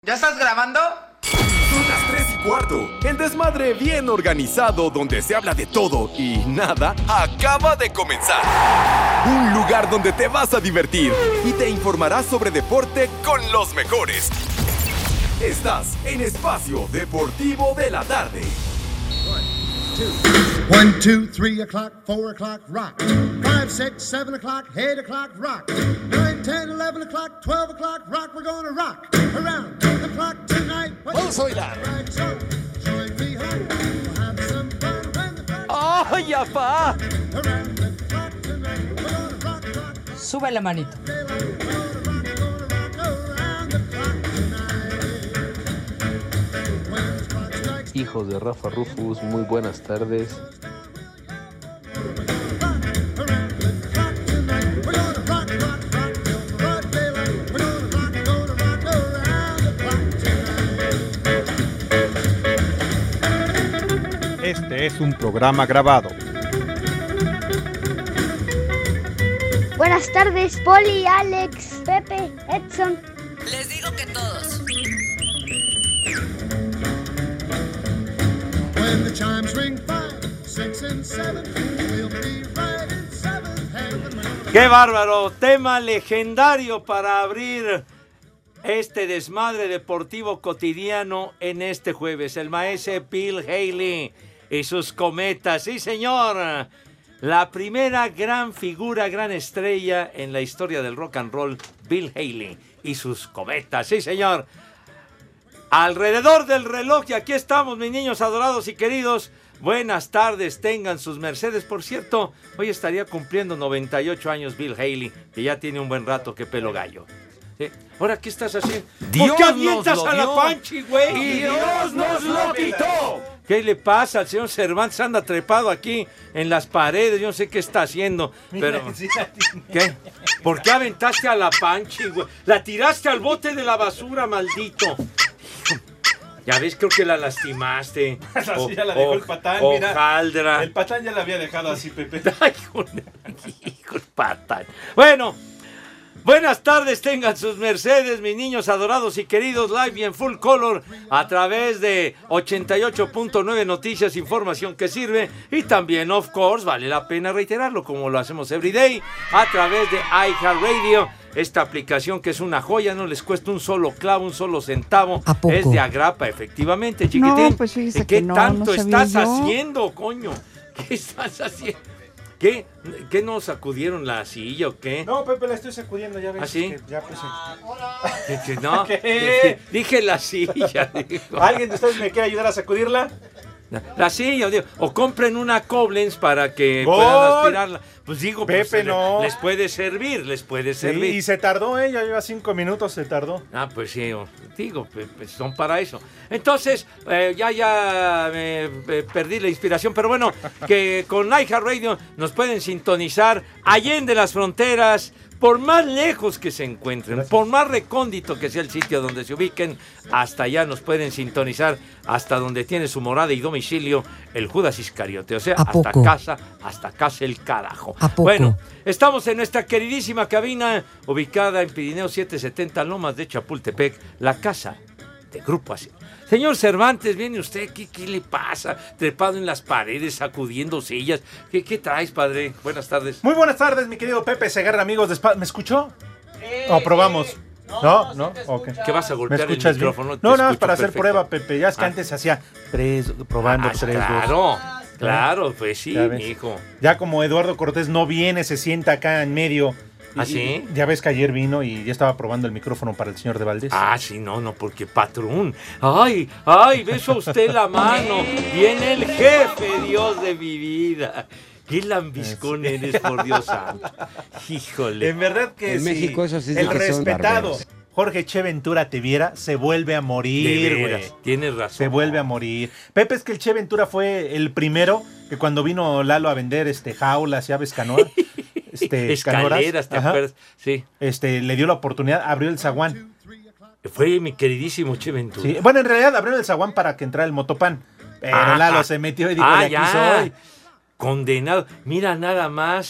¿Ya estás grabando? Son las 3:15. El desmadre bien organizado donde se habla de todo y nada acaba de comenzar. Un lugar donde te vas a divertir y te informarás sobre deporte con los mejores. Estás en Espacio Deportivo de la Tarde. 1, 2, 3 o'clock, 4 o'clock, rock. 5, 6, 7 o'clock, 8 o'clock, rock. 9, 10, 11 o'clock, 12 o'clock, rock. We're gonna rock around the clock tonight. Vamos a bailar. ¡Ay, apá! Sube la manito. Hijos de Rafa Rufus, muy buenas tardes. Este es un programa grabado. Buenas tardes, Poli, Alex, Pepe, Edson. Les digo que todos. When the chimes ring 5, 6 and 7, we'll be right in 7th heaven. ¡Qué bárbaro! Tema legendario para abrir este desmadre deportivo cotidiano en este jueves. El maestro Bill Haley y sus cometas. ¡Sí, señor! La primera gran figura, gran estrella en la historia del rock and roll, Bill Haley y sus cometas. ¡Sí, señor! Alrededor del reloj, y aquí estamos, mis niños adorados y queridos. Buenas tardes, tengan sus mercedes. Por cierto, hoy estaría cumpliendo 98 años Bill Haley, que ya tiene un buen rato que pelo gallo. ¿Sí? Ahora, ¿qué estás haciendo? ¿Por qué avientas a la Panchi, güey? ¡Y Dios nos lo quitó! ¿Qué le pasa al señor Cervantes? Anda trepado aquí en las paredes. Yo no sé qué está haciendo, pero... ¿Qué? ¿Por qué aventaste a la Panchi, güey? La tiraste al bote de la basura, maldito. Ya ves, creo que la lastimaste. Así ya la dejó el patán, mira. Hojaldra. El patán ya la había dejado así, Pepe. Ay, hijo de patán. Bueno, buenas tardes, tengan sus mercedes, mis niños adorados y queridos, live y en full color a través de 88.9 Noticias, información que sirve, y también, of course, vale la pena reiterarlo, como lo hacemos everyday, a través de iHeartRadio. Esta aplicación que es una joya, no les cuesta un solo clavo, un solo centavo. ¿A poco? Es de agrapa, efectivamente, chiquitín. No, pues fíjese ¿Qué que no, tanto no sabía estás yo. haciendo, coño? ¿Qué estás haciendo? ¿Qué no sacudieron la silla o qué? No, Pepe, la estoy sacudiendo, ya ves. ¿Ah, sí? Que ya puse. No, ¿Qué? dije la silla. Dijo. ¿Alguien de ustedes me quiere ayudar a sacudirla? La silla, digo, o compren una Koblenz para que ¡Gol! puedan aspirarla. Pues digo, Pepe, pues, no. les puede servir, Sí, y se tardó, ya lleva 5 minutos, se tardó. Ah, pues sí, digo, pues son para eso. Entonces, ya perdí la inspiración, pero bueno, que con iHeartRadio nos pueden sintonizar allende las fronteras, por más lejos que se encuentren, Gracias. por más recóndito que sea el sitio donde se ubiquen, hasta allá nos pueden sintonizar, hasta donde tiene su morada y domicilio el Judas Iscariote, o sea, ¿A hasta poco? casa el carajo. ¿A poco? Bueno, estamos en nuestra queridísima cabina, ubicada en Pirineo 770, Lomas de Chapultepec, la casa de Grupo Asir. Señor Cervantes, viene usted, ¿qué le pasa? Trepado en las paredes, sacudiendo sillas. ¿Qué traes, padre? Buenas tardes. Muy buenas tardes, mi querido Pepe Segarra, amigos de ¿Me escuchó? ¿O probamos? ¿No? Ok. ¿Qué vas a ¿Me golpear el escuchas bien? micrófono? Te No, nada más escucho para hacer perfecto. prueba, Pepe. Ya es que Ah. antes se hacía probando 3, 2. Claro, pues sí, Ya ves. mijo. Ya como Eduardo Cortés no viene, se sienta acá en medio. ¿Ah, sí? Ya ves que ayer vino y ya estaba probando el micrófono para el señor de Valdés. Ah, sí, no, porque patrón. Ay, beso a usted la mano. Viene el jefe, Dios de mi vida. Qué lambiscón eres, por Dios santo. Híjole. En verdad que En si México eso sí el que son respetado barberos. Jorge Che Ventura te viera, se vuelve a De morir, veras, güey. tienes razón. Se vuelve a morir. Pepe, es que el Che Ventura fue el primero que cuando vino Lalo a vender jaulas y aves canoa, Escaleras, ¿te ajá, acuerdas? Sí. le dio la oportunidad, abrió el zaguán. Fue mi queridísimo Che Ventura. Sí, bueno, en realidad abrió el zaguán para que entrara el motopan. Pero Ah, Lalo se metió y dijo, de aquí ya. soy. Condenado. Mira nada más.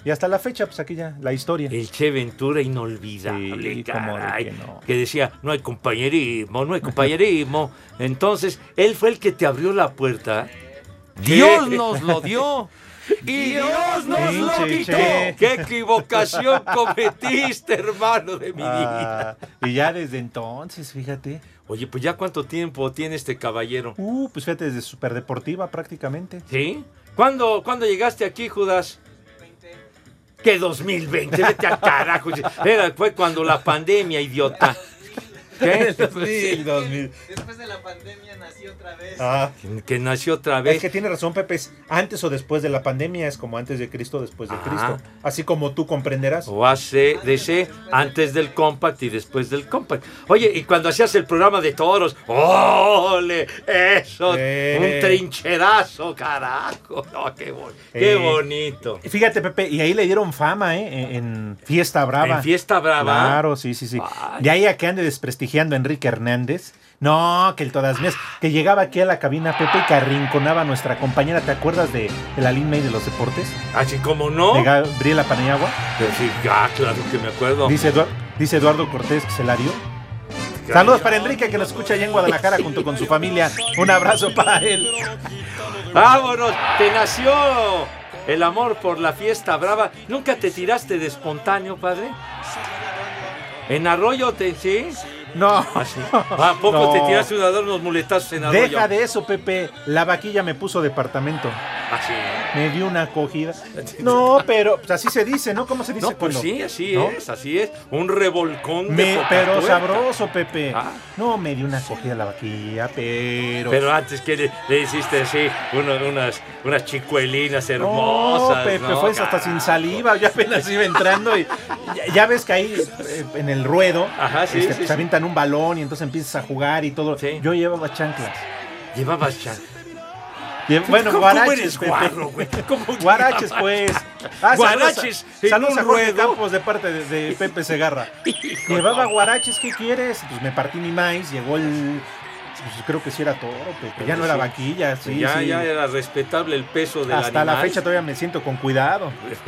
Y hasta la fecha, pues aquí ya, la historia. El Che Ventura inolvidable, Sí, caray, cómo de que no. que decía, no hay compañerismo. Entonces, él fue el que te abrió la puerta. Dios nos lo dio. Y Dios nos lo quitó. ¡Qué equivocación cometiste, hermano de mi vida! Y ya desde entonces, fíjate. Oye, pues ya cuánto tiempo tiene este caballero. Pues fíjate, desde Superdeportiva prácticamente. ¿Sí? ¿Cuándo llegaste aquí, Judas? ¿Qué 2020? Vete al carajo. Fue cuando la pandemia, idiota. ¿Qué? 2000. Después de la pandemia nació otra vez. Que nació otra vez. Es que tiene razón, Pepe. Es antes o después de la pandemia, es como antes de Cristo, después de Cristo. Así como tú comprenderás. O ACDC, antes del Compact y después del Compact. Oye, y cuando hacías el programa de toros, ¡ole! Eso, un trincherazo, carajo. No, qué bonito. Fíjate, Pepe, y ahí le dieron fama, en Fiesta Brava. ¿En Fiesta Brava? Claro, sí. De ahí a que ande desprestigiando a Enrique Hernández. No, que el todas mías, que llegaba aquí a la cabina, Pepe, y que arrinconaba a nuestra compañera. ¿Te acuerdas de la Lin May de los deportes? Así como no. De Gabriela Paniagua. Sí, claro que me acuerdo. Dice Eduardo Cortés Celario. Saludos para Enrique, que nos escucha allá en Guadalajara junto con su familia. Un abrazo para él. ¡Vámonos! Te nació el amor por la Fiesta Brava. ¿Nunca te tiraste de espontáneo, padre? ¿En Arroyo sí? No. ¿A poco No. te tiraste unos muletazos en Arroyo? Deja de eso, Pepe. La vaquilla me puso departamento. Así. Me dio una acogida. No, pero pues, así se dice, ¿no? ¿Cómo se dice? No, pues cuando- sí, así ¿no? es. Un revolcón de Pero poca sabroso, Pepe. Ah. No, me dio una acogida la vaquilla, pero... Pero antes que le hiciste así unas chicuelinas hermosas. No, Pepe, ¿no? fue hasta sin saliva. Yo apenas iba entrando y ya ves que ahí en el ruedo Ajá, sí, pues, sí. avientan un balón y entonces empiezas a jugar y todo. Sí. Yo llevaba chanclas. Llevabas chan. Bueno, ¿Cómo guaraches, eres Pepe. guarro, güey? ¿Cómo Guaraches, llevabas? pues. Guaraches en Saludos un a Jorge ruedo. Campos de parte de Pepe Segarra. Llevaba guaraches, ¿qué quieres? Pues me partí mi maíz, llegó el... Pues creo que sí era toro, Pepe. Ya no era vaquilla, sí. Ya era respetable el peso del Hasta animal. la fecha todavía me siento con cuidado.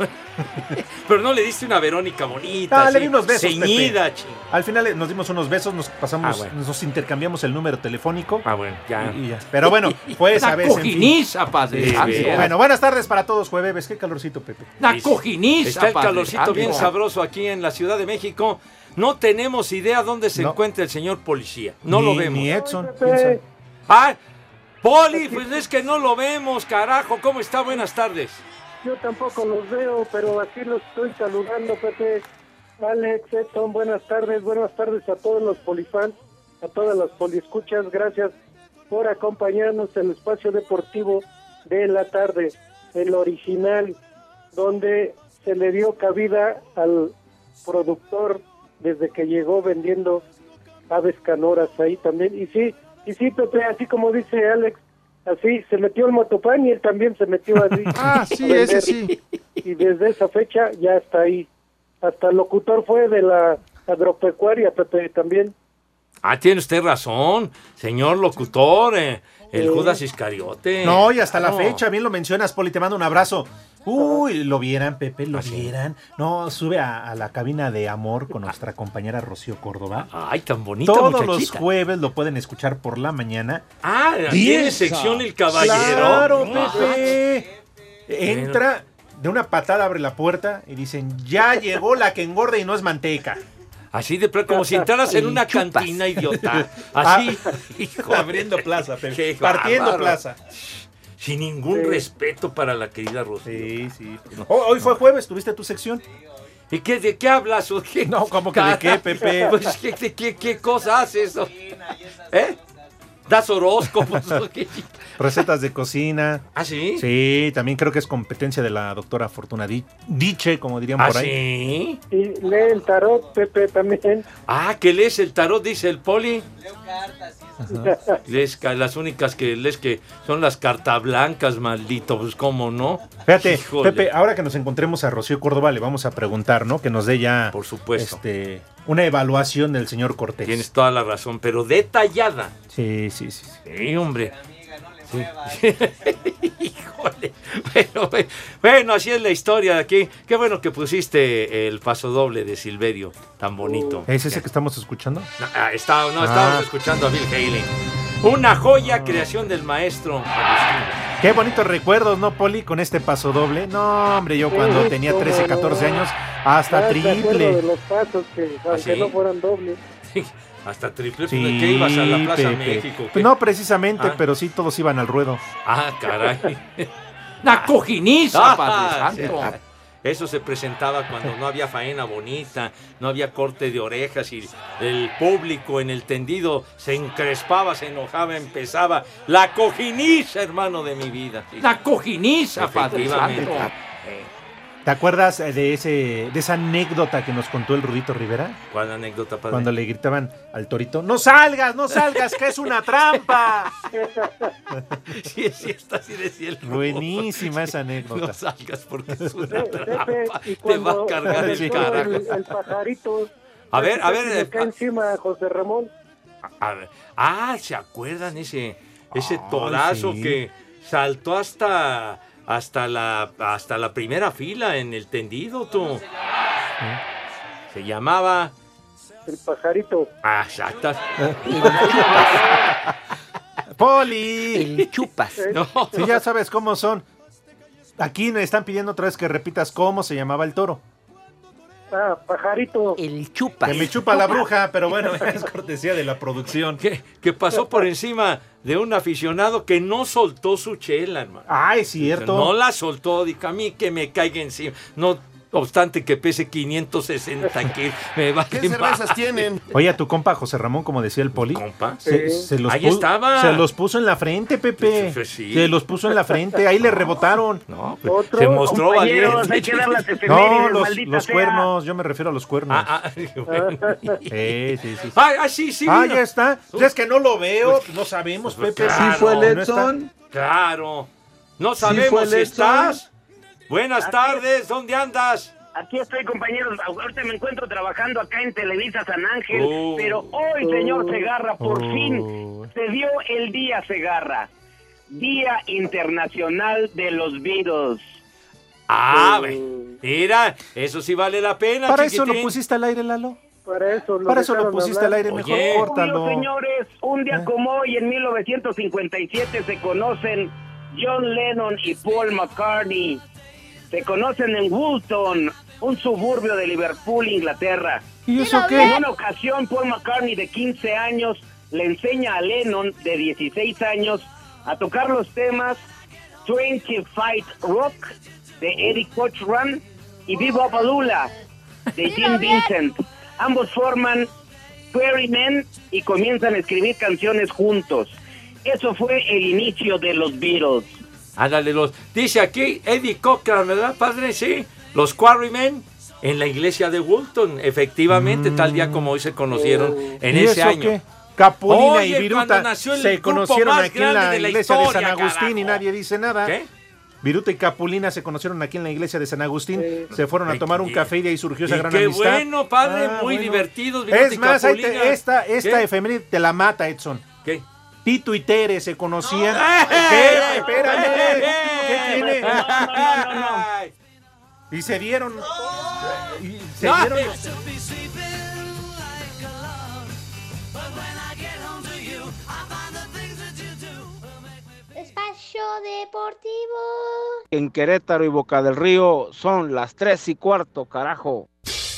Pero no le diste una Verónica bonita. Le di unos besos, ceñida, Pepe. Al final nos dimos unos besos, nos pasamos, bueno. nos intercambiamos el número telefónico. Bueno, ya. Y ya. Pero bueno, fue esa Una vez. en fin. cojiniza, padre. Sí, bien. Bueno, buenas tardes para todos, jueves. Qué calorcito, Pepe. Una cojiniza, Está el padre. calorcito bien Ánimo. sabroso aquí en la Ciudad de México. No tenemos idea dónde se No. encuentra el señor policía. No lo vemos. Ni Edson. ¿quién sabe? ¡Ah! Poli, pues es que no lo vemos, carajo. ¿Cómo está? Buenas tardes. Yo tampoco los veo, pero aquí los estoy saludando, Pepe. Alex, Edson, buenas tardes a todos los polifans, a todas las poliescuchas. Gracias por acompañarnos en el espacio deportivo de la tarde, el original, donde se le dio cabida al productor desde que llegó vendiendo aves canoras ahí también. Y sí, Pepe, así como dice Alex, así se metió el Motopán y él también se metió así. Sí, ese sí. Y desde esa fecha ya está ahí. Hasta el locutor fue de la agropecuaria, Pepe, también. Tiene usted razón, señor locutor, el Judas Iscariote. No, y hasta la No. fecha, bien lo mencionas, Poli, te mando un abrazo. Uy, lo vieran, Pepe, lo vieran. No, sube a la cabina de amor con nuestra compañera Rocío Córdoba. Ay, tan bonita Todos los muchachita. jueves lo pueden escuchar por la mañana. ¿Tiene sección el caballero? Claro, Pepe. Entra, de una patada abre la puerta y dicen, ya llegó la que engorda y no es manteca. Así de pronto, como si entraras en una cantina, idiota. Así, hijo. Abriendo plaza, Pepe. Qué Partiendo bárbaro. plaza. Sin ningún respeto para la querida Rocío. Sí. Hoy fue jueves, ¿tuviste tu sección? ¿Y de qué hablas? ¿O qué? No, ¿cómo que de qué, Pepe? Pues, ¿qué cosa haces? ¿Eh? ¿Das horóscopos? ¿O qué? Recetas de cocina. ¿Ah, sí? Sí, también creo que es competencia de la doctora Fortuna Diche, como dirían por ahí. ¿Sí? Y lee el tarot, Pepe, también. ¿Que lees el tarot? Dice el Poli. Leo cartas y Lees las únicas que lees que son las cartas blancas, maldito. Pues, ¿cómo no? Fíjate, Híjole. Pepe, ahora que nos encontremos a Rocío Córdoba, le vamos a preguntar, ¿no? Que nos dé ya, Por supuesto. una evaluación del señor Cortés. Tienes toda la razón, pero detallada. Sí. Sí, hombre. Híjole. Bueno, así es la historia de aquí. Qué bueno que pusiste el pasodoble de Silverio, tan bonito. ¿Es ese que estamos escuchando? Estábamos escuchando a Bill Haley. Una joya creación del maestro Agustín. Qué bonitos recuerdos, ¿no, Poli? Con este pasodoble. No, hombre, yo cuando tenía 13, 14 años, hasta triple. De los pasos que, aunque no fueran dobles. Hasta triple, Sí, ¿de qué ibas a la Plaza Pepe. México? ¿Qué? No precisamente, pero sí todos iban al ruedo. Ah, caray. ¡La cojiniza, Padre Santo! Eso se presentaba cuando no había faena bonita, no había corte de orejas y el público en el tendido se encrespaba, se enojaba, empezaba. ¡La cojiniza, hermano de mi vida! Sí. ¡La cojiniza, Padre Santo! ¿Te acuerdas de esa anécdota que nos contó el Rudito Rivera? ¿Cuál anécdota, padre? Cuando le gritaban al torito, ¡no salgas, que es una trampa! Sí, está así decía el Rudo. Buenísima esa anécdota. No salgas porque es una trampa. Y Te va a cargar el carajo. el pajarito. A ver. Se cae encima José Ramón. ¿Se acuerdan ese torazo sí. que saltó hasta la primera fila en el tendido, tú? Se llamaba... El pajarito. Exacto. ¡Poli! El chupas. No. Sí, ya sabes cómo son. Aquí me están pidiendo otra vez que repitas cómo se llamaba el toro. Pajarito. El chupas. Que me chupa la bruja, pero bueno, es cortesía de la producción. Que pasó por encima de un aficionado que no soltó su chela, hermano. Ah, es cierto. No la soltó, dijo, a mí que me caiga encima. No obstante que pese 560 kilos. ¿Qué cervezas tienen? Oye, a tu compa José Ramón, como decía el Poli. ¿Compa? Se los Ahí estaba. Se los puso en la frente, Pepe. Sí. Se los puso en la frente. Ahí le rebotaron. No, pues, se mostró valiente. Hay que dar las efemérides, No, maldita los sea. cuernos. Yo me refiero a los cuernos. Bueno. Sí. Sí. Ah, ya está. Pues es que no lo veo. No sabemos, Pues Pepe. claro. ¿Sí fue el No Edson? Claro. No ¿Sí sabemos fue el si Edson? estás. Buenas tardes, ¿dónde andas? Aquí estoy, compañeros. Ahorita me encuentro trabajando acá en Televisa San Ángel, pero hoy, señor Segarra, por fin se dio el día, Segarra. Día Internacional de los Beatles. Mira, eso sí vale la pena, ¿Para chiquitín. eso lo pusiste al aire, Lalo? Para eso lo pusiste al aire, mejor córtalo. Señores, un día como hoy, en 1957, se conocen John Lennon y Paul McCartney. Se conocen en Woolton, un suburbio de Liverpool, Inglaterra. ¿Y eso qué? En una ocasión, Paul McCartney, de 15 años, le enseña a Lennon, de 16 años, a tocar los temas 25 Rock, de Eddie Cochran, y Bebop Alula, de Jim Vincent. Ambos forman Quarrymen y comienzan a escribir canciones juntos. Eso fue el inicio de los Beatles. Ándale, dice aquí Eddie Cochran, ¿verdad, padre? Sí, los Quarrymen en la iglesia de Woolton, efectivamente, tal día como hoy se conocieron en ese año. ¿Qué? Capulina Oye, y Viruta se conocieron aquí en la iglesia de San Agustín y nadie dice nada. ¿Qué? Viruta y Capulina se conocieron aquí en la iglesia de San Agustín, se fueron a tomar un café y de ahí surgió esa gran amistad. Qué bueno, padre, muy divertidos. Viruta Es y más, Capulina. esta efeméride te la mata, Edson. ¿Qué? Tito y Tere se conocían. ¿Qué? Espérame. ¿Qué tiene? No. Y se dieron. Espacio Deportivo. En Querétaro y Boca del Río son las 3:15, carajo.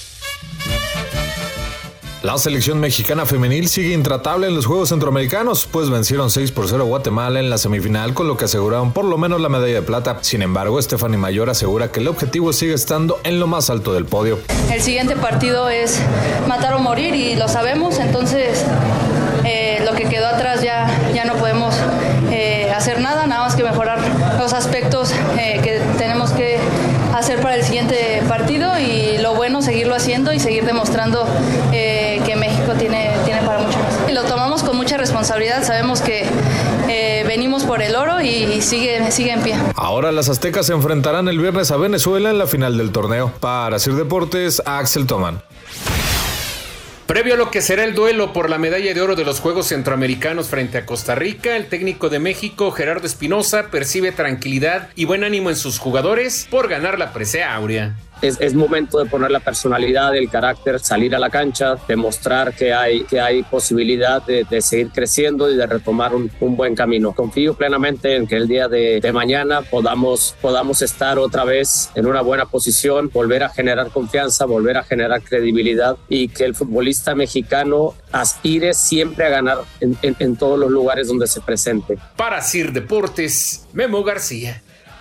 La selección mexicana femenil sigue intratable en los Juegos Centroamericanos, pues vencieron 6-0 a Guatemala en la semifinal, con lo que aseguraron por lo menos la medalla de plata. Sin embargo, Stephanie Mayor asegura que el objetivo sigue estando en lo más alto del podio. El siguiente partido es matar o morir y lo sabemos, entonces lo que quedó atrás ya no podemos hacer nada más que mejorar los aspectos que tenemos que hacer para el siguiente partido, y lo bueno, seguirlo haciendo y seguir demostrando que México tiene para mucho más. Y lo tomamos con mucha responsabilidad, sabemos que venimos por el oro y sigue en pie. Ahora las aztecas se enfrentarán el viernes a Venezuela en la final del torneo. Para Sir Deportes, Axel Toman. Previo a lo que será el duelo por la medalla de oro de los Juegos Centroamericanos frente a Costa Rica, el técnico de México, Gerardo Espinoza, percibe tranquilidad y buen ánimo en sus jugadores por ganar la presea áurea. Es momento de poner la personalidad, el carácter, salir a la cancha, demostrar que hay posibilidad de seguir creciendo y de retomar un buen camino. Confío plenamente en que el día de mañana podamos estar otra vez en una buena posición, volver a generar confianza, volver a generar credibilidad y que el futbolista mexicano aspire siempre a ganar en todos los lugares donde se presente. Para CIR Deportes, Memo García.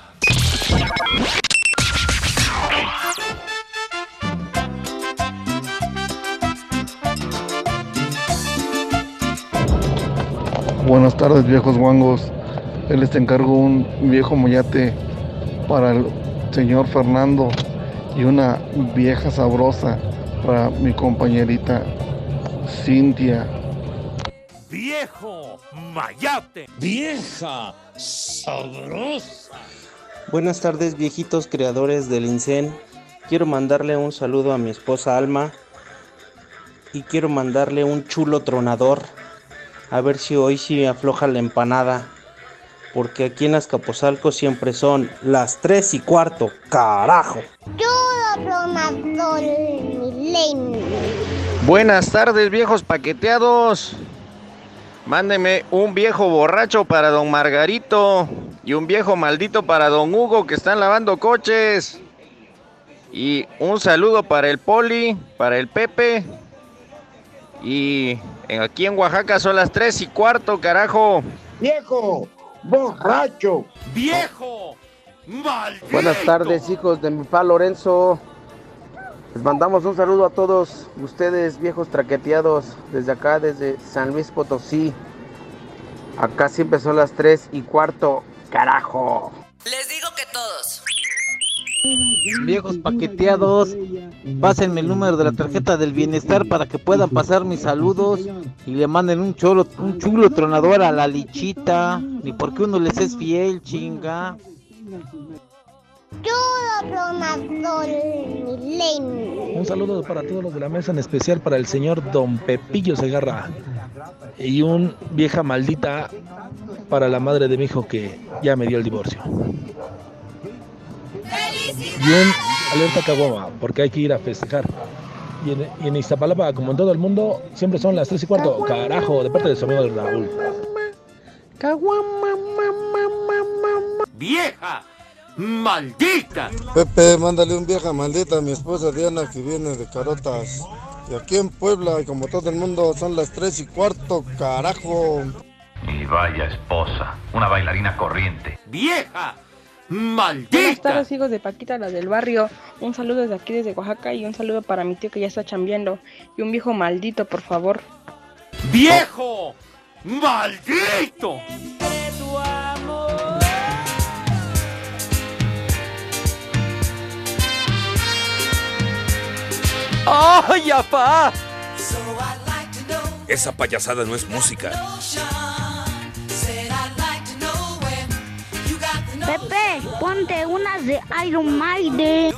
Buenas tardes, viejos guangos. Les encargo un viejo mollate para el señor Fernando y una vieja sabrosa para mi compañerita Cintia. ¡Viejo mayate! ¡Vieja sabrosa! Buenas tardes, viejitos creadores del INSEN. Quiero mandarle un saludo a mi esposa Alma y quiero mandarle un chulo tronador. A ver si hoy sí afloja la empanada, porque aquí en Azcapotzalco siempre son las 3:15, carajo. Buenas tardes, viejos paqueteados. Mándeme un viejo borracho para don Margarito y un viejo maldito para don Hugo que están lavando coches. Y un saludo para el Poli, para el Pepe. Y aquí en Oaxaca son las 3:15, carajo. ¡Viejo borracho! ¡Viejo maldito! Buenas tardes, hijos de mi pa Lorenzo. Les mandamos un saludo a todos ustedes, viejos traqueteados, desde acá, desde San Luis Potosí. Acá siempre son las 3:15, carajo. Les digo que todos. Viejos paqueteados, pásenme el número de la tarjeta del bienestar para que puedan pasar mis saludos y le manden un chulo tronador a la Lichita, ni porque uno les es fiel, chinga. Un saludo para todos los de la mesa, en especial para el señor Don Pepillo Segarra. Y un vieja maldita para la madre de mi hijo que ya me dio el divorcio. Y un alerta caguama, porque hay que ir a festejar. Y en Iztapalapa, como en todo el mundo, siempre son las 3:15, carajo, de parte de su amigo Raúl. ¡Vieja maldita! Pepe, mándale un vieja maldita a mi esposa Diana que viene de Carotas. Y aquí en Puebla, y como todo el mundo, son las 3:15, carajo. Y vaya esposa, una bailarina corriente. ¡Vieja maldita! Buenas tardes, hijos de Paquita, la del barrio. Un saludo desde aquí, desde Oaxaca, y un saludo para mi tío que ya está chambeando. Y un viejo maldito, por favor. ¡Viejo maldito! ¡Ay, apá! Esa payasada no es música. Pepe, ponte unas de Iron Maiden.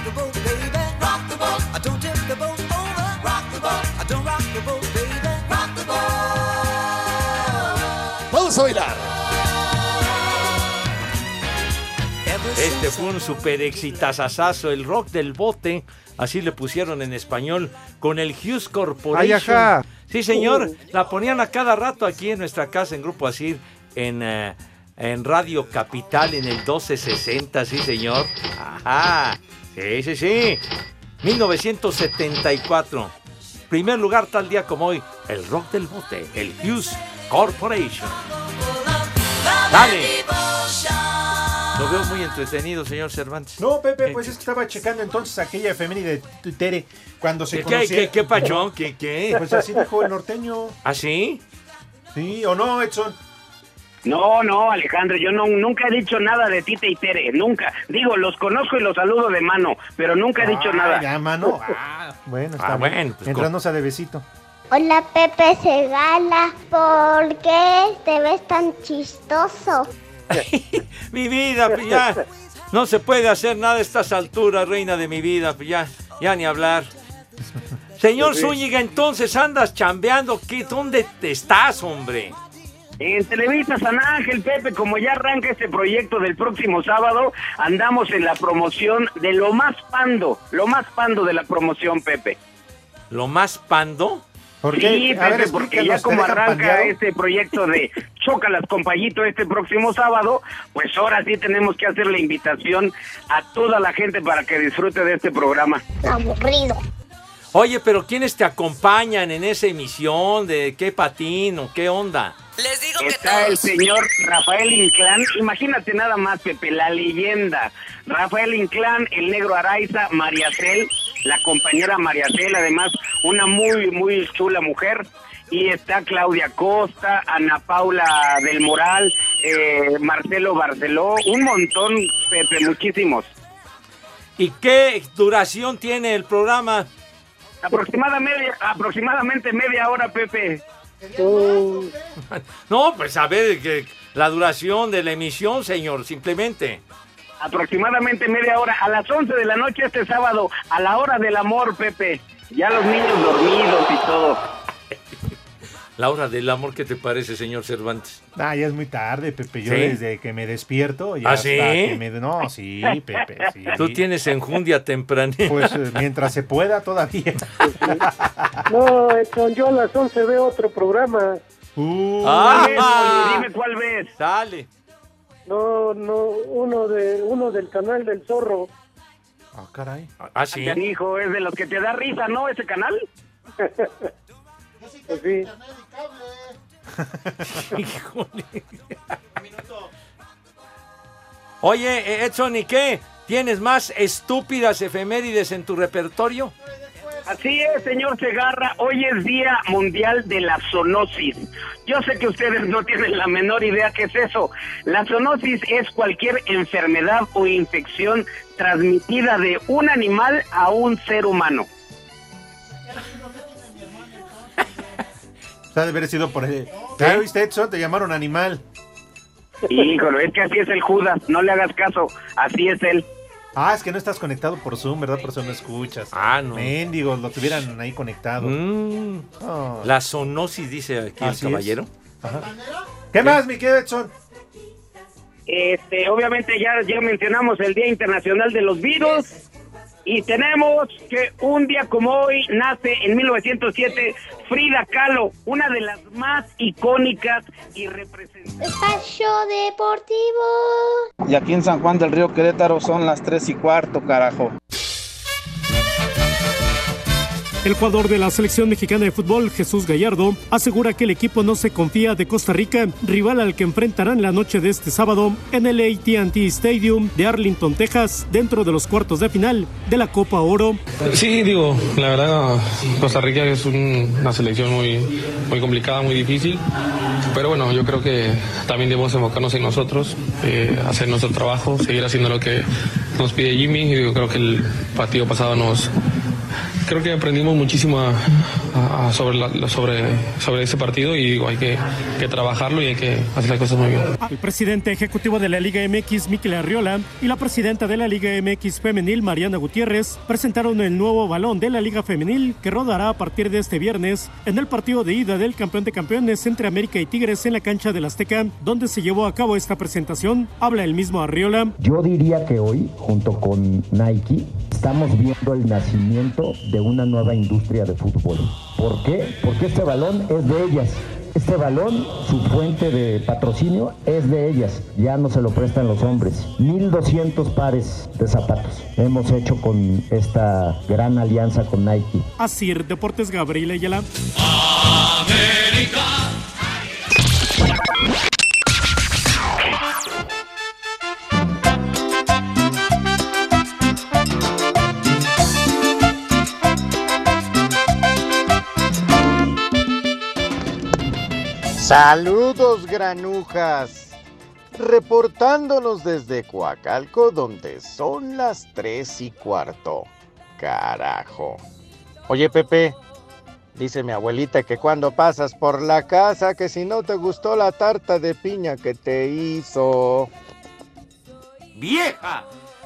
Vamos a bailar. Este fue un super exitazazazo, el rock del bote, así le pusieron en español, con el Hughes Corporation. ¡Ay, ajá! Sí, señor, la ponían a cada rato aquí en nuestra casa, en Grupo Asir, en Radio Capital, en el 1260, sí, señor. Ajá, sí. 1974. Primer lugar tal día como hoy, el rock del bote, el Hughes Corporation. ¡Dale! Lo veo muy entretenido, señor Cervantes. No, Pepe, pues es que estaba checando entonces aquella efeméride de Tere cuando se conocía. ¿Qué pachón? ¿Qué? Pues así dijo el norteño. ¿Ah, sí? Sí, ¿o no, Edson? No, Alejandro, yo nunca he dicho nada de Tite y Tere, nunca. Digo, los conozco y los saludo de mano, pero nunca he dicho nada. Ya, mano. Bueno, está bien. Pues mientras no sea de besito. Hola, Pepe Segala. ¿Por qué te ves tan chistoso? Mi vida, pues ya no se puede hacer nada a estas alturas, reina de mi vida, pues ya ni hablar. Señor Pues sí. Zúñiga, entonces andas chambeando. ¿Dónde te estás, hombre? En Televisa San Ángel, Pepe, como ya arranca este proyecto del próximo sábado, andamos en la promoción de lo más pando de la promoción, Pepe. ¿Lo más pando? ¿Por qué? Sí, A ver, Pepe, porque ya explícanos, como ¿te dejan arranca pandeado? este proyecto de Chócalas, compayito, este próximo sábado, pues ahora sí tenemos que hacer la invitación a toda la gente para que disfrute de este programa. Aburrido. Oye, pero ¿quiénes te acompañan en esa emisión? ¿De qué patín o qué onda? Les digo que Está el todos. señor Rafael Inclán, imagínate nada más, Pepe, la leyenda. Rafael Inclán, el negro Araiza, María Cel, la compañera María Cel, además una muy, muy chula mujer. Y está Claudia Costa, Ana Paula del Moral, Marcelo Barceló, un montón, Pepe, muchísimos. ¿Y qué duración tiene el programa? Aproximadamente media hora, Pepe. No, pues a ver, la duración de la emisión, señor, simplemente. Aproximadamente media hora, a las 11 de la noche este sábado, a la hora del amor, Pepe. Ya los niños dormidos y todo. La hora del amor, ¿qué te parece, señor Cervantes? Ah, ya es muy tarde, Pepe. Yo ¿Sí? desde que me despierto ya ¿Ah, hasta sí? que me... No, sí, Pepe, sí. Tú tienes enjundia temprana. Pues mientras se pueda todavía. No, Edson, yo a las 11 veo otro programa. Dime cuál ves. Dale. No, uno del canal del Zorro. Ah, caray. Ah, sí. Hijo, es de los que te da risa, ¿no? Ese canal. Pues sí. Híjole. Oye, Edson, ¿y qué? ¿Tienes más estúpidas efemérides en tu repertorio? Así es, señor Segarra, hoy es Día Mundial de la Zoonosis. Yo sé que ustedes no tienen la menor idea qué es eso. La zoonosis es cualquier enfermedad o infección transmitida de un animal a un ser humano. O sea, debe haber sido por él. ¿Ya viste, Edson? Te llamaron animal. Híjole, es que así es el Judas, no le hagas caso, así es él. Ah, es que no estás conectado por Zoom, ¿verdad? Por eso no escuchas. Ah, no. Mendigos, lo tuvieran ahí conectado. Oh. La zoonosis, dice aquí Así el caballero. Ajá. ¿Qué más, mi querido Edson? Obviamente ya mencionamos el Día Internacional de los Virus. Y tenemos que un día como hoy nace en 1907 Frida Kahlo, una de las más icónicas y representativas. Espacio Deportivo. Y aquí en San Juan del Río Querétaro son las 3:15, carajo. El jugador de la selección mexicana de fútbol, Jesús Gallardo, asegura que el equipo no se confía de Costa Rica, rival al que enfrentarán la noche de este sábado en el AT&T Stadium de Arlington, Texas, dentro de los cuartos de final de la Copa Oro. Sí, digo, la verdad, Costa Rica es una selección muy complicada, muy difícil, pero bueno, yo creo que también debemos enfocarnos en nosotros, hacer nuestro trabajo, seguir haciendo lo que nos pide Jimmy. Yo creo que el partido pasado creo que aprendimos muchísimo sobre ese partido y digo, hay que trabajarlo y hay que hacer las cosas muy bien. El presidente ejecutivo de la Liga MX, Mikel Arriola, y la presidenta de la Liga MX Femenil, Mariana Gutiérrez, presentaron el nuevo balón de la Liga Femenil que rodará a partir de este viernes en el partido de ida del campeón de campeones entre América y Tigres en la cancha del Azteca, donde se llevó a cabo esta presentación. Habla el mismo Arriola. Yo diría que hoy, junto con Nike, estamos viendo el nacimiento de una nueva industria de fútbol. ¿Por qué? Porque este balón es de ellas. Este balón, su fuente de patrocinio es de ellas. Ya no se lo prestan los hombres. 1,200 pares de zapatos hemos hecho con esta gran alianza con Nike. Asir Deportes, Gabriel Ayala. América. Saludos, granujas, reportándonos desde Coacalco, donde son las 3:15, carajo. Oye, Pepe, dice mi abuelita que cuando pasas por la casa, que si no te gustó la tarta de piña que te hizo. ¡Vieja!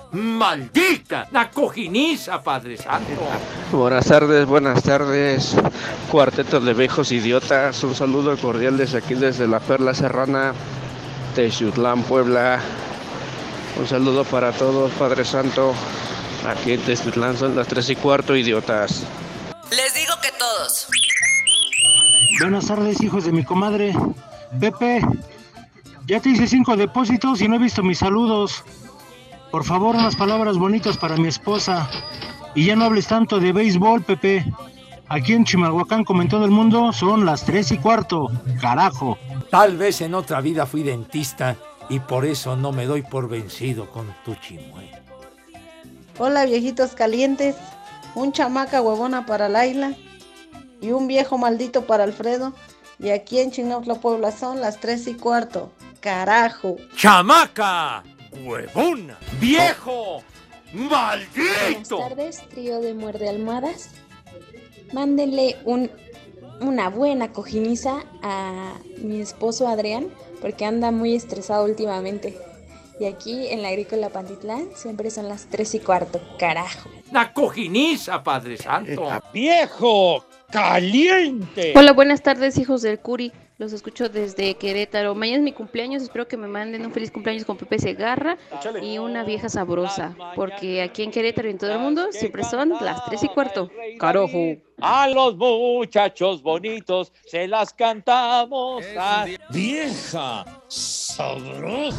¡Maldita! ¡La cojiniza, Padre Santo! Buenas tardes, cuarteto de viejos idiotas. Un saludo cordial desde aquí, desde la Perla Serrana, Texutlán, Puebla. Un saludo para todos, Padre Santo. Aquí en Texutlán son las 3:15, idiotas. Les digo que todos. Buenas tardes, hijos de mi comadre. Pepe, ya te hice 5 depósitos y no he visto mis saludos. Por favor, unas palabras bonitas para mi esposa. Y ya no hables tanto de béisbol, Pepe. Aquí en Chimalhuacán, como en todo el mundo, son las 3:15. Carajo. Tal vez en otra vida fui dentista y por eso no me doy por vencido con tu chimuelo. Hola, viejitos calientes. Un chamaca huevona para Laila y un viejo maldito para Alfredo. Y aquí en Chinautla, Puebla, son las 3:15. Carajo. ¡Chamaca! ¡Huevona! ¡Viejo! ¡Maldito! Buenas tardes, trío de muerde almohadas. Mándenle una buena cojiniza a mi esposo Adrián, porque anda muy estresado últimamente. Y aquí en la Agrícola Pantitlán siempre son las 3:15. Carajo. ¡La cojiniza, Padre Santo! ¡Viejo caliente! Hola, buenas tardes, hijos del Curi. Los escucho desde Querétaro. Mañana es mi cumpleaños, espero que me manden un feliz cumpleaños con Pepe Segarra y una vieja sabrosa, porque aquí en Querétaro y en todo el mundo siempre son las 3:15. Carajo. A los muchachos bonitos se las cantamos. ¡Vieja sabrosa!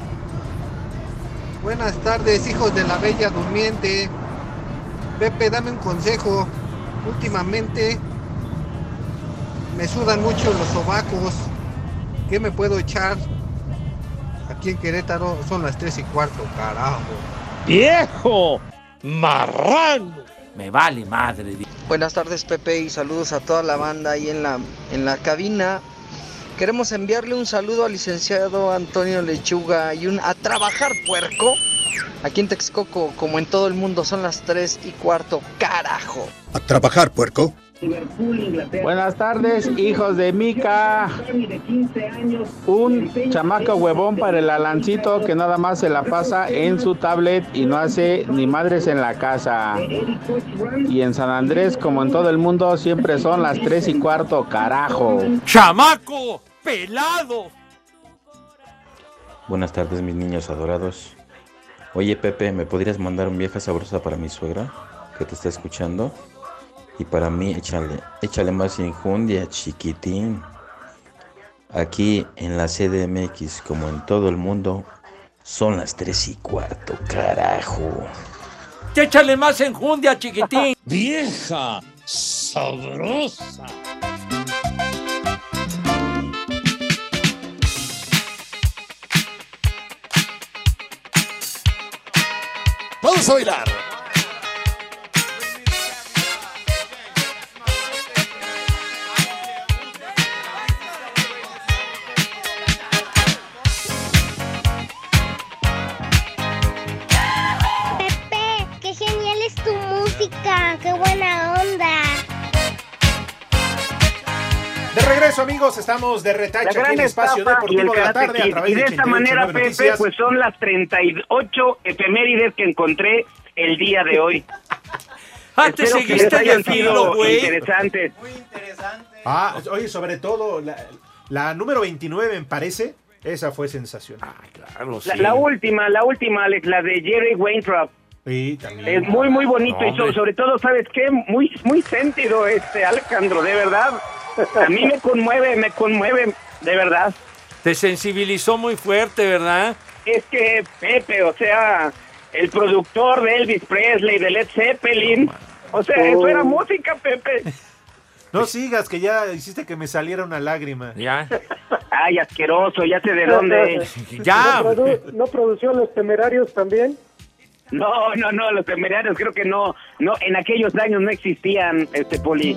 Buenas tardes, hijos de la Bella Durmiente. Pepe, dame un consejo. Últimamente me sudan mucho los sobacos. ¿Qué me puedo echar? Aquí en Querétaro son las 3:15, carajo. ¡Viejo marrano! Me vale madre. Buenas tardes, Pepe, y saludos a toda la banda ahí en la cabina. Queremos enviarle un saludo al licenciado Antonio Lechuga y un a trabajar, puerco. Aquí en Texcoco, como en todo el mundo, son las 3:15, carajo. A trabajar, puerco. Buenas tardes, hijos de Mica. Un chamaco huevón para el Alancito que nada más se la pasa en su tablet y no hace ni madres en la casa. Y en San Andrés, como en todo el mundo, siempre son las 3:15, carajo. ¡Chamaco! ¡Pelado! Buenas tardes, mis niños adorados. Oye, Pepe, ¿me podrías mandar un vieja sabrosa para mi suegra que te está escuchando? Y para mí, échale más injundia, chiquitín. Aquí en la CDMX, como en todo el mundo, son las 3:15, carajo. ¡Échale más enjundia, chiquitín! ¡Vieja sabrosa! ¡Vamos a bailar! ¡Qué buena onda! De regreso, amigos, estamos de retache aquí en el Espacio Deportivo de la Tarde a través y de esta manera, Pepe, Noticias. pues son las 38 efemérides que encontré el día de hoy. Te seguiste de filo, güey. Interesantes. Oye, sobre todo la número 29, me parece, esa fue sensacional. Claro, sí. La última, Alex, la de Jerry Weintraub. Sí, también. Es muy, muy bonito y sobre todo, ¿sabes qué? Muy, muy sentido Alejandro, de verdad. A mí me conmueve, de verdad. Te sensibilizó muy fuerte, ¿verdad? Es que Pepe, o sea, el productor de Elvis Presley, de Led Zeppelin, o sea, eso era música, Pepe. No sigas, que ya hiciste que me saliera una lágrima. Ya. Ay, asqueroso, ya sé de dónde. Ya. ¿No produció Los Temerarios también? No, los Temerarios creo que no, en aquellos años no existían, Poli.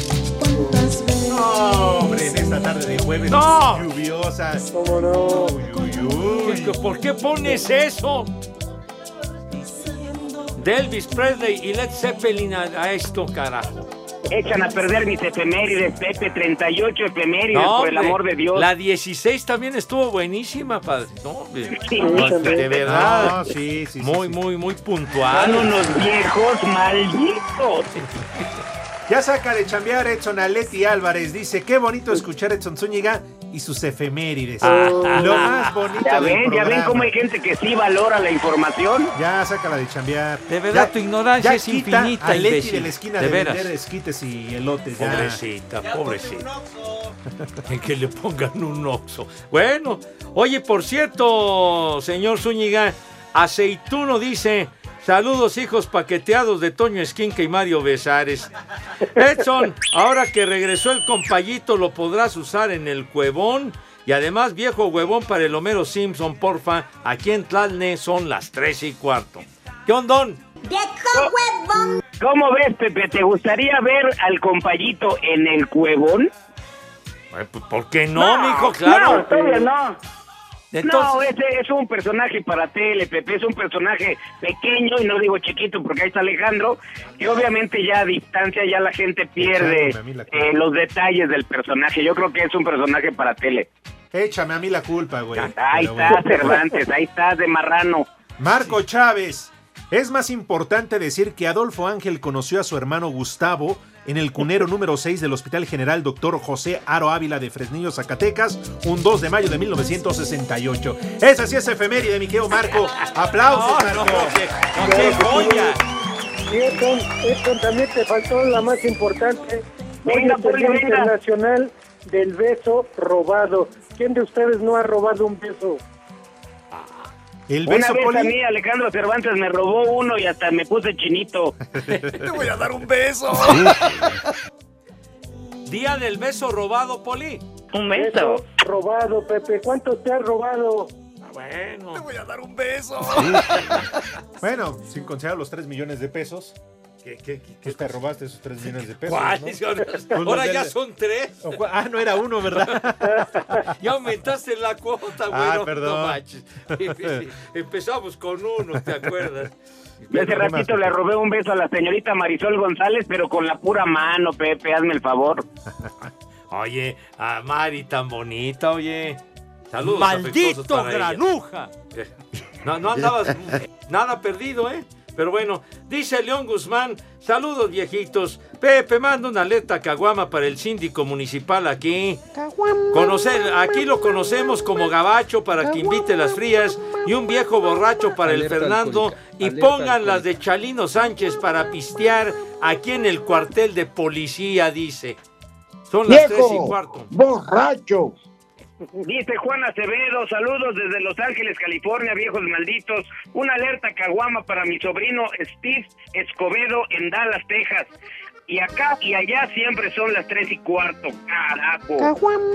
No, hombre, en esta tarde de jueves lluviosa. ¿Cómo no? ¿Por qué pones eso? De Elvis Presley y Led Zeppelin a esto, carajo. echan a perder mis efemérides, Pepe, 38 efemérides, por el amor de Dios. La 16 también estuvo buenísima, padre. No, Sí, de verdad. No, sí, Muy puntual. Son unos viejos malditos. Ya saca de chambear Edson a Leti Álvarez. Dice, qué bonito escuchar a Edson Zúñiga y sus efemérides. Lo más bonito Ya del ven programa. cómo hay gente que sí valora la información. Ya sácala de chambear. De verdad, tu ignorancia es quita infinita, a Leti imbécil. de la esquina De de veras. vender esquites y elotes. Ya. Pobrecita. En que le pongan un oxo. Bueno, oye, por cierto, señor Zúñiga, Aceituno dice... Saludos, hijos paqueteados de Toño Esquinca y Mario Besares. Edson, ahora que regresó el compayito, lo podrás usar en el cuevón. Y además, viejo huevón para el Homero Simpson, porfa. Aquí en Tlalne son las 3:15. ¿Qué ondón? ¡Viejo huevón! ¿Cómo ves, Pepe? ¿Te gustaría ver al compayito en el cuevón? ¿Por qué no, mijo? Claro. No, todavía no. Entonces... No, ese es un personaje para tele, Pepe, es un personaje pequeño, y no digo chiquito porque ahí está Alejandro, que obviamente ya a distancia ya la gente pierde los detalles del personaje. Yo creo que es un personaje para tele. Échame a mí la culpa, güey. Ahí está, Cervantes, ahí está, de marrano. Marco Chávez. Es más importante decir que Adolfo Ángel conoció a su hermano Gustavo en el cunero número 6 del Hospital General Dr. José Aro Ávila de Fresnillo, Zacatecas, un 2 de mayo de 1968. Esa sí es efeméride, mi querido Marco. ¡Aplausos, Marco! ¡Qué joya! Y Edson, también te faltó la más importante. Venga, Hoy es el Día venga. Internacional del Beso Robado. ¿Quién de ustedes no ha robado un beso? El Una beso, vez Poli. a mí Alejandro Cervantes me robó uno y hasta me puse chinito. Te voy a dar un beso. Día del beso robado, Poli. Un beso robado, Pepe. ¿Cuánto te has robado? Bueno. Te voy a dar un beso. Bueno, sin considerar los 3 millones de pesos. ¿Qué te robaste esos 3 millones de pesos? ¿Cuáles? ¿No? Ahora ya son 3. No era uno, ¿verdad? Ya aumentaste la cuota, güey. Ah, no, perdón. no manches. Empezamos con uno, ¿te acuerdas? Y hace ratito le robé un beso a la señorita Marisol González, pero con la pura mano, Pepe, hazme el favor. Oye, a Mari tan bonita, oye. Saludos. ¡Maldito afectuosos para ella. granuja! No andabas nada perdido, ¿eh? Pero bueno, dice León Guzmán, saludos viejitos. Pepe, manda una alerta caguama para el síndico municipal aquí. Aquí lo conocemos como Gabacho para que invite las frías y un viejo borracho para el Alerta Fernando alcohólica, y alerta pongan alcohólica. las de Chalino Sánchez para pistear aquí en el cuartel de policía, dice. Son las 3:15. ¡Borracho! Dice Juan Acevedo, saludos desde Los Ángeles, California, viejos malditos. Una alerta caguama para mi sobrino Steve Escobedo en Dallas, Texas. Y acá y allá siempre son las 3:15. Carajo.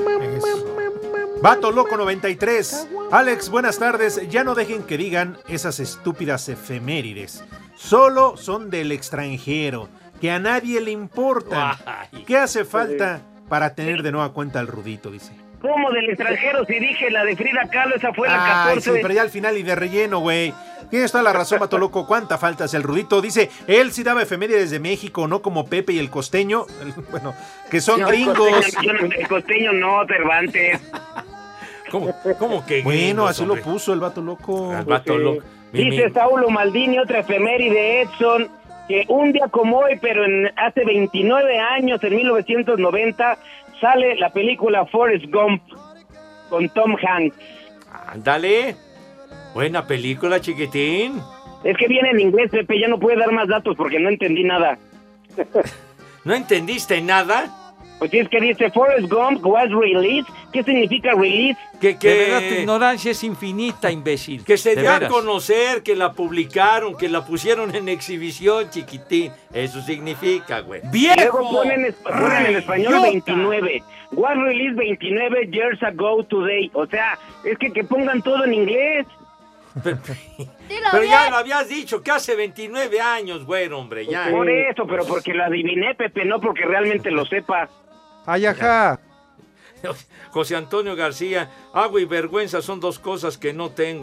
Vato Loco 93. Alex, buenas tardes. Ya no dejen que digan esas estúpidas efemérides. Solo son del extranjero, que a nadie le importan. ¿Qué hace falta para tener de nueva cuenta al Rudito? Dice. ¿Cómo del extranjero? Si dije la de Frida Kahlo, esa fue la Ay, 14. sí, pero ya al final y de relleno, güey. Tienes toda la razón, Vato Loco. ¿Cuánta falta hacia el Rudito? Dice, él sí daba efemérides de México, no como Pepe y el costeño. Bueno, que son No, gringos. el costeño no, Cervantes. ¿Cómo que Bueno, gringos, así hombre? lo puso el Vato Loco. El Vato Loco. Dice Saulo Maldini, otra efeméride, Edson, que un día como hoy, pero hace 29 años, en 1990, sale la película Forrest Gump con Tom Hanks. Ándale. Buena película, chiquitín. Es que viene en inglés, Pepe, ya no puede dar más datos porque no entendí nada. ¿No entendiste nada? Pues sí, es que dice Forrest Gump was released. ¿Qué significa release? De verdad, tu ignorancia es infinita, imbécil. Que se De dio a veras. conocer, que la publicaron, que la pusieron en exhibición, chiquitín. Eso significa, güey. Y luego ponen en español idiota. 29. Was released 29 years ago today. O sea, es que pongan todo en inglés. Pero ya lo habías dicho, que hace 29 años, güey, hombre, ya. Por eso, pero porque lo adiviné, Pepe, no porque realmente lo sepa. Ay, ajá. José Antonio García, agua y vergüenza son dos cosas que no tengo.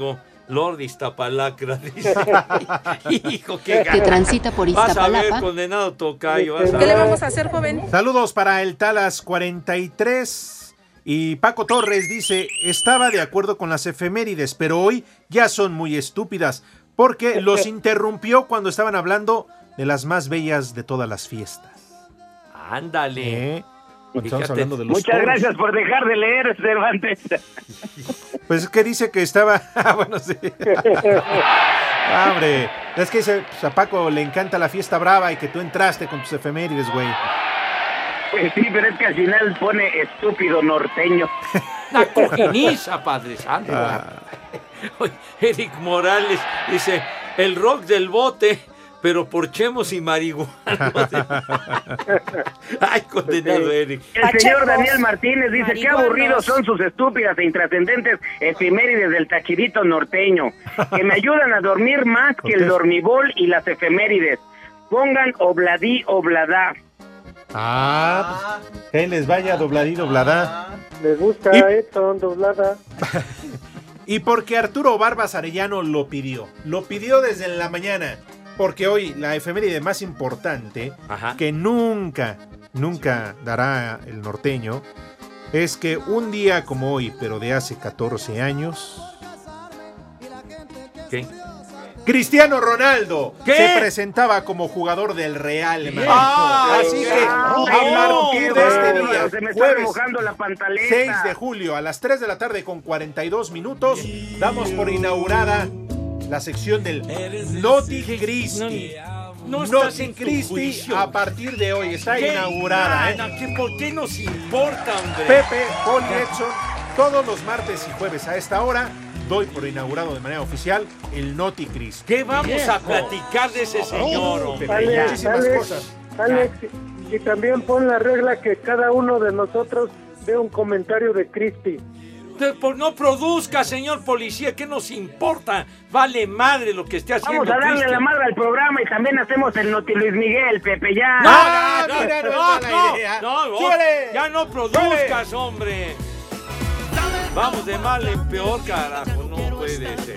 Lord Iztapalacra, dice. Hijo, qué Que transita por Vas a ver, Iztapalapa. condenado tocayo. Vas a ¿Qué ver. le vamos a hacer, joven? Saludos para el Talas 43. Y Paco Torres dice, estaba de acuerdo con las efemérides, pero hoy ya son muy estúpidas, porque los interrumpió cuando estaban hablando de las más bellas de todas las fiestas. Ándale. Estamos hablando de los Muchas toros. gracias por dejar de leer, Cervantes. Pues es que dice que estaba... bueno, sí. Hombre, es que dice, pues, a Paco le encanta la fiesta brava y que tú entraste con tus efemérides, güey. Pues sí, pero es que al final pone estúpido norteño. La cojiniza, Padre Santo. Oye, Eric Morales dice, el rock del bote, pero por chemos y marihuana. Ay, condenado Eric. El señor Daniel Martínez dice, qué aburridos son sus estúpidas e intrascendentes efemérides del tachirito norteño, que me ayudan a dormir más que el dormibol y las efemérides. Pongan obladí, obladá. Que ahí les vaya dobladí, doblada. Les gusta Edson, doblada. Y porque Arturo Barbas Arellano lo pidió desde la mañana, porque hoy la efeméride más importante, que nunca dará el norteño, es que un día como hoy, pero de hace 14 años, ¿qué? Cristiano Ronaldo ¿Qué? se presentaba como jugador del Real Madrid. Así que a partir de este día, se me está jueves mojando la pantaleta. 6 de julio a las 3 de la tarde con 42 minutos, damos por inaugurada la sección del Noti Cristi. No estás Noti en tu Cristi juicio. a partir de hoy está ¿Qué? inaugurada. Nada, ¿por qué nos importa, hombre? Pepe, Paul y Edson, todos los martes y jueves a esta hora, doy por inaugurado de manera oficial el Noti Cristi. ¿Qué vamos a platicar de ese señor, hombre? Muchísimas cosas. Alex, y también pon la regla que cada uno de nosotros dé un comentario de Cristi. No produzca, señor policía, ¿qué nos importa? Vale madre lo que esté haciendo. Vamos a darle Cristian. la madre al programa y también hacemos el Noti Luis Miguel, Pepe, ya. Ya no produzcas, hombre. Vamos de mal en peor, carajo, no puede ser.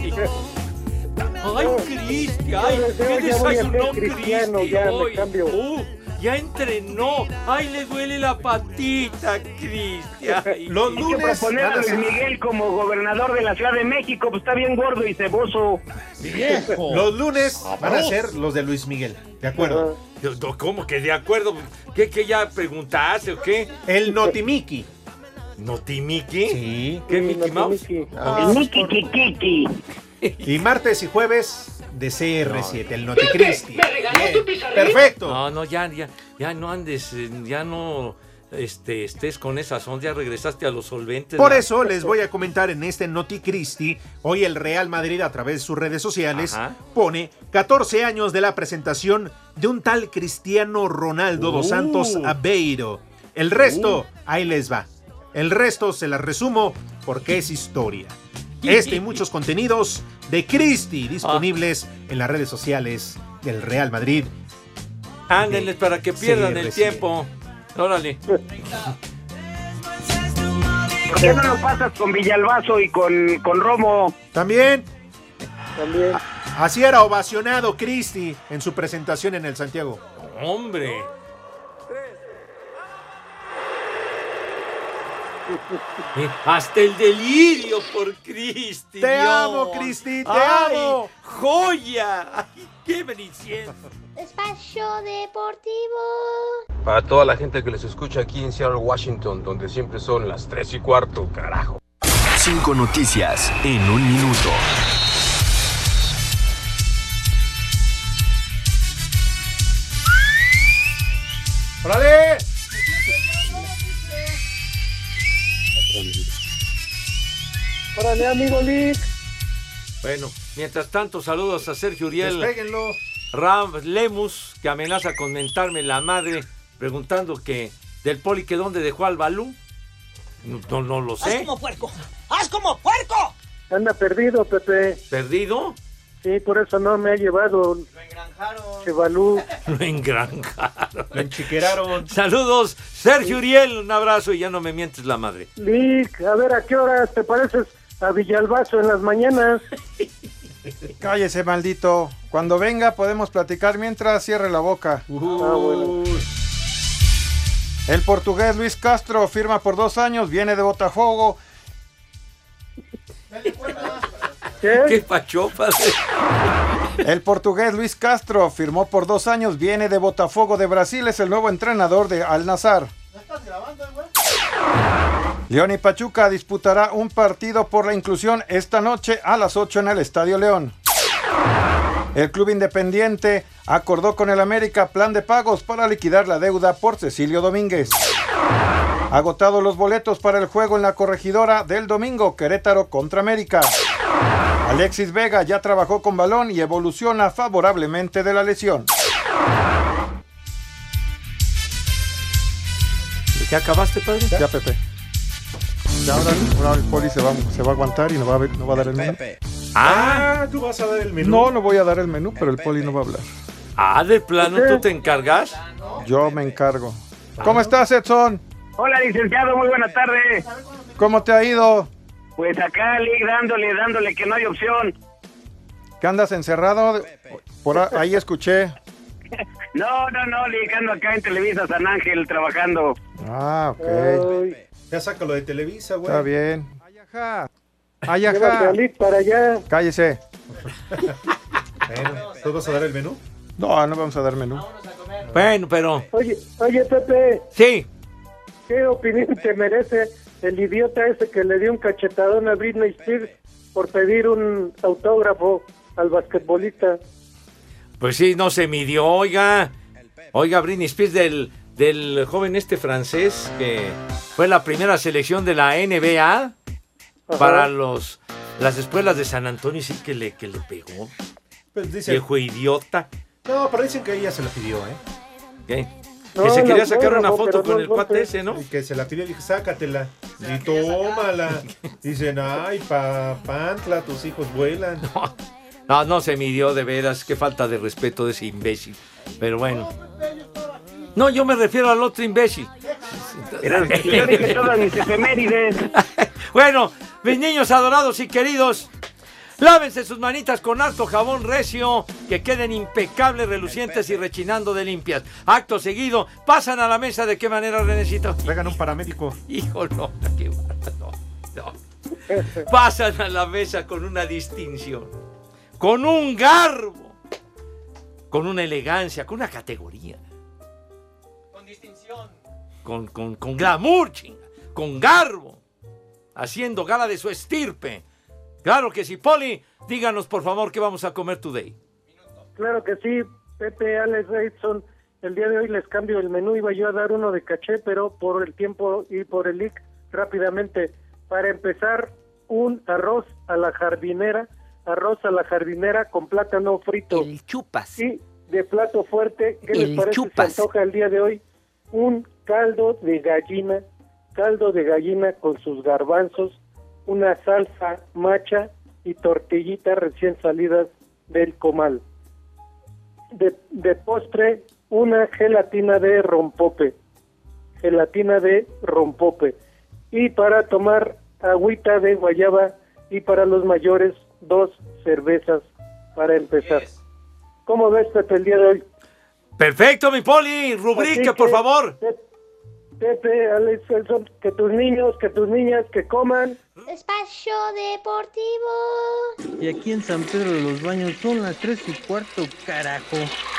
Ay, Cristian, ay, qué desayunó Cristian hoy. Ya entrenó. Ay, le duele la patita, Cristian. Los Hay que proponer a Luis Miguel como gobernador de la Ciudad de México, pues está bien gordo y ceboso. Viejo. Los lunes van a ser los de Luis Miguel, ¿de acuerdo? ¿Cómo que de acuerdo? ¿Qué ya preguntaste o qué? El Notimiki. ¿Notimiki? Sí. ¿Qué Mickey Mouse? El Mickey Kikiki. Y martes y jueves de CR7, el Noti Cristi. Perfecto. No, ya no andes, ya no estés con esas ondas, ya regresaste a los solventes. Por eso les voy a comentar en este Noti Cristi, hoy el Real Madrid a través de sus redes sociales pone 14 años de la presentación de un tal Cristiano Ronaldo dos Santos Aveiro. El resto, ahí les va. El resto se las resumo porque es historia. Este y muchos contenidos de Cristi disponibles en las redes sociales del Real Madrid. Ándenles para que pierdan el tiempo. Órale. ¿Por qué no lo pasas con Villalbazo y con Romo? También. Así era ovacionado Cristi en su presentación en el Santiago. Hombre. Hasta el delirio por Cristi. Te amo, Cristi, te amo. ¡Joya! Ay, ¡qué bendición! Espacio Deportivo. Para toda la gente que les escucha aquí en Seattle, Washington, donde siempre son las 3:15, carajo. 5 noticias en un minuto. ¡Órale! Órale, amigo Lick. Bueno, mientras tanto, saludos a Sergio Uriel. Despéguenlo. Ram Lemus, que amenaza con mentarme la madre, preguntando que del Poli que dónde dejó al Balú. No lo sé. ¡Haz como puerco! ¡Haz como puerco! Anda perdido, Pepe. ¿Perdido? Sí, por eso no me ha llevado. Lo Chevalú. Lo engranjaron. Lo enchiqueraron. Saludos, Sergio Uriel, un abrazo y ya no me mientes la madre. Lick, a ver, ¿a qué hora te pareces a Villalbazo en las mañanas. Cállese, maldito. Cuando venga podemos platicar mientras cierre la boca. Bueno. El portugués Luis Castro firma por 2 años, viene de Botafogo. ¿Qué pachopas? El portugués Luis Castro firmó por 2 años, viene de Botafogo de Brasil, es el nuevo entrenador de Al Nassr. León y Pachuca disputará un partido por la inclusión esta noche a las 8 en el Estadio León. El Club Independiente acordó con el América plan de pagos para liquidar la deuda por Cecilio Domínguez. Agotados los boletos para el juego en la Corregidora del domingo, Querétaro contra América. Alexis Vega ya trabajó con balón y evoluciona favorablemente de la lesión. ¿Ya acabaste, padre? Ya, Pepe. Ya ahora el Poli se va a aguantar y no va a dar el menú. ¿Tú vas a dar el menú? No voy a dar el menú, pero el Poli no va a hablar. ¿De plano tú te encargas? Yo me encargo. ¿Cómo estás, Edson? Hola, licenciado, muy buena tarde. ¿Cómo te ha ido? Pues acá, dándole, que no hay opción. ¿Qué andas encerrado? Por ahí escuché. No, ligando acá en Televisa San Ángel, trabajando. Ah, ok. Ya sácalo de Televisa, güey. Está bien. Llévate a Lick para allá. Cállese. ¿Tú vas a dar el menú? No vamos a dar menú. Bueno, pero... Oye, Pepe. Sí. ¿Qué opinión te merece el idiota ese que le dio un cachetadón a Britney Spears por pedir un autógrafo al basquetbolista? Pues sí, no se midió, oiga, Britney Spears del joven francés que fue la primera selección de la NBA. Ajá. Para las escuelas de San Antonio, sí que le pegó. Pues dice, viejo idiota. No, pero dicen que ella se la pidió, ¿eh? ¿Qué? Que se quería sacar una foto con el cuate ese, ¿no? Y que se la pidió, dije, sácatela. Y tómala. Dicen, ay, Papantla, tus hijos vuelan. No se midió, de veras, qué falta de respeto de ese imbécil. Pero bueno. No, yo me refiero al otro imbécil. Yo dije todas mis efemérides. Bueno, mis niños adorados y queridos, lávense sus manitas con harto jabón recio, que queden impecables, relucientes y rechinando de limpias. Acto seguido, pasan a la mesa. ¿De qué manera, Renecito? Traigan un paramédico. Hijo, no. Pasan a la mesa con una distinción, con un garbo, con una elegancia, con una categoría. Con distinción. Con glamour, chinga, con garbo, haciendo gala de su estirpe. Claro que sí. Poli, díganos por favor qué vamos a comer today. Claro que sí, Pepe, Alex, Edson. El día de hoy les cambio el menú. Iba yo a dar uno de caché, pero por el tiempo y por el lic, rápidamente. Para empezar, un arroz a la jardinera con plátano frito. El chupas. Y de plato fuerte, ¿qué les parece si se antoja el día de hoy? Un caldo de gallina con sus garbanzos, una salsa macha y tortillitas recién salidas del comal. De postre, una gelatina de rompope. Y para tomar, agüita de guayaba, y para los mayores, 2 cervezas para empezar. ¿Cómo ves, Pepe, el día de hoy? Perfecto, mi Poli, rubrique, por favor. Pepe, Alex, Elson, que tus niños, que tus niñas, que coman. Espacio Deportivo. Y aquí en San Pedro de los Baños son las 3:15, carajo.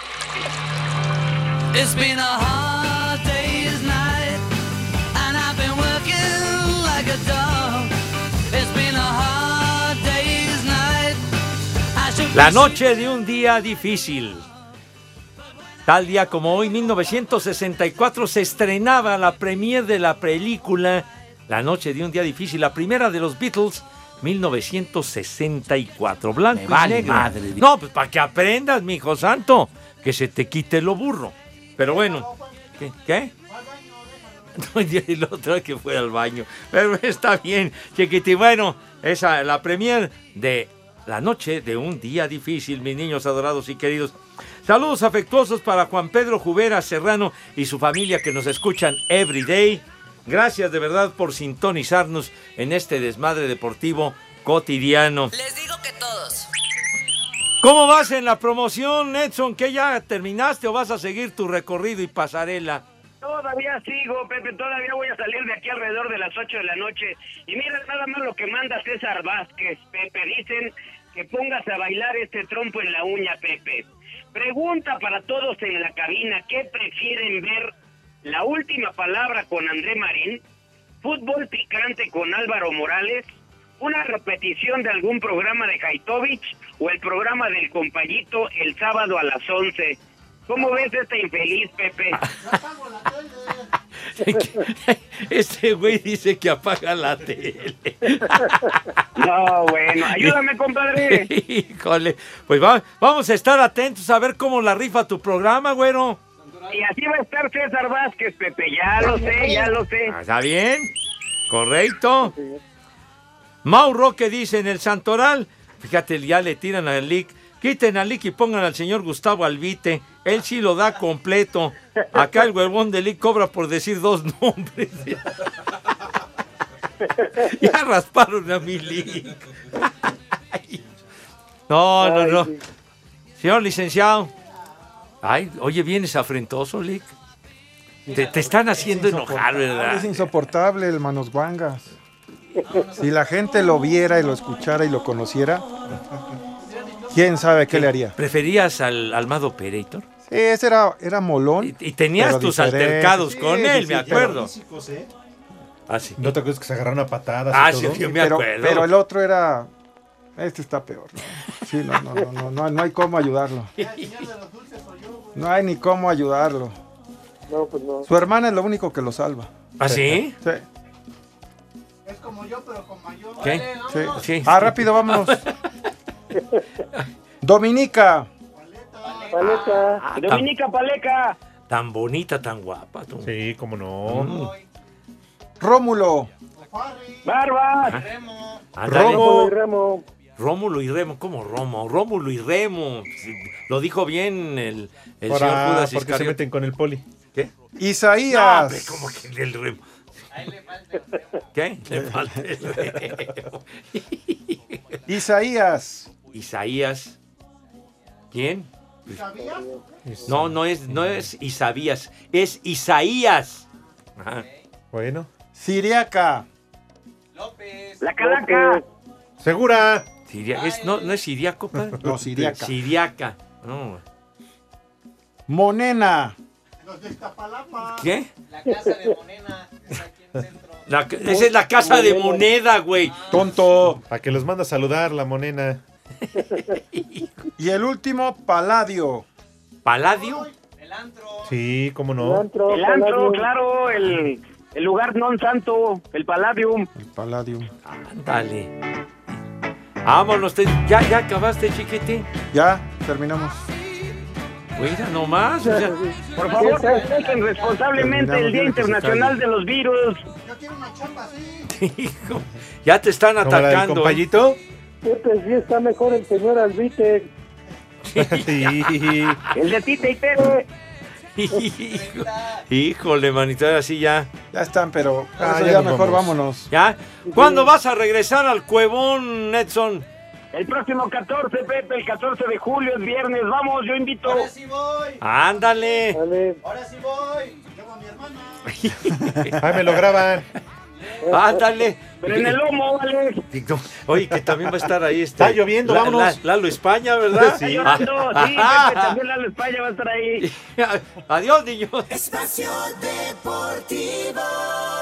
It's been a hard day's night, and I've been working like a dog. It's been a hard day's night. La noche de un día difícil. Tal día como hoy, 1964, se estrenaba la premier de la película La noche de un día difícil, la primera de los Beatles, 1964. Blanco y negro. Madre. No, pues para que aprendas, mi hijo santo, que se te quite lo burro. Pero bueno, ¿qué? No, y el otro que fue al baño. Pero está bien, chiquitín. Bueno, esa la premier de La noche de un día difícil, mis niños adorados y queridos. Saludos afectuosos para Juan Pedro Jubera Serrano y su familia que nos escuchan every day. Gracias de verdad por sintonizarnos en este desmadre deportivo cotidiano. Les digo que todos. ¿Cómo vas en la promoción, Edson? ¿Que ya terminaste o vas a seguir tu recorrido y pasarela? Todavía sigo, Pepe, todavía voy a salir de aquí alrededor de las 8 de la noche. Y mira nada más lo que manda César Vázquez, Pepe. Dicen que pongas a bailar este trompo en la uña, Pepe. Pregunta para todos en la cabina, ¿qué prefieren ver? ¿La última palabra con André Marín? ¿Fútbol picante con Álvaro Morales? ¿Una repetición de algún programa de Haitovich? ¿O el programa del Compayito el sábado a las 11? ¿Cómo ves este infeliz, Pepe? Este güey dice que apaga la tele. No, bueno, ayúdame, compadre. Híjole, pues vamos a estar atentos a ver cómo la rifa tu programa, güero. Y así va a estar César Vázquez, Pepe, ya lo sé, ya lo sé. ¿Está bien? Correcto. Mau Roque dice en el Santoral, fíjate, ya le tiran al Lick. Quiten al Lick y pongan al señor Gustavo Albite. Él sí lo da completo. Acá el huevón de Lick cobra por decir 2 nombres. Ya rasparon a mi Lick. No. Señor licenciado. Ay, oye, vienes afrentoso, Lick. Te están haciendo enojar, ¿verdad? Es insoportable el Manos Guangas. Si la gente lo viera y lo escuchara y lo conociera, ¿quién sabe qué le haría? ¿Preferías al Almado Operator? Sí, ese era molón. Y tenías tus altercados con él, me acuerdo. Ah, sí. ¿No te acuerdas que se agarraron a patadas? Ah, y sí, todo? yo me acuerdo. Pero el otro era... Este está peor, ¿no? Sí, no hay cómo ayudarlo. No hay ni cómo ayudarlo. No, pues no. Su hermana es lo único que lo salva. ¿Ah, sí? Sí. Es como yo, pero con mayor. ¿Qué? Sí. Rápido, vámonos. Dominica. Paleta. Dominica Paleca. Tan bonita, tan guapa. Tú. Sí, cómo no. Rómulo. Barbas. Rómulo y Remo, ¿cómo Romo? Rómulo y Remo. Lo dijo bien el señor Ahora, Judas ¿por qué se Iscariote. meten con el poli? ¿Qué? Isaías. No, hombre, ¿cómo que el Remo? ¿Qué? Le falta el Remo. Isaías. Isaías. ¿Quién? No es Isaías, es Isaías. Ajá. Bueno. Siriaca. La Calaca. Segura. ¿No es Siriaco, padre? No, Siriaca. Siriaca. No. Monena. Los de Iztapalapa. ¿Qué? La casa de Monena. Está aquí en el centro. Esa es la casa de moneda, güey. Tonto. A que los manda a saludar la Monena. Y el último, Paladio. ¿Paladio? El antro. Sí, cómo no. El antro, claro, el lugar non santo, el Palladium. El Palladium. Ándale. Vámonos, ¿ya acabaste, chiquitín? Ya, terminamos. Mira nomás. O sea, por favor, festejen responsablemente el Día Internacional de los Virus. Yo quiero una chamba así. hijo, ya te están ¿Como la del atacando. compayito? Pepe, sí está mejor el señor Albite. Sí. El de Tite y Tere. Híjole, manito, así ya. Ya están, pero ya ya nos mejor vamos. vámonos. ¿Ya? ¿Cuándo vas a regresar al Cuevón, Edson? El próximo 14, Pepe, el 14 de julio, es viernes. Vamos, yo invito. Ahora sí voy. Ándale. Vale. Ahora sí voy. Llevo a mi hermana. Ay, me lo graban. Ándale. Pero en el lomo, vale. Oye, que también va a estar ahí. Está lloviendo, vámonos. Lalo España, ¿verdad? Está llorando, sí, Pepe, también Lalo España va a estar ahí. Adiós, niños. Espacio Deportivo.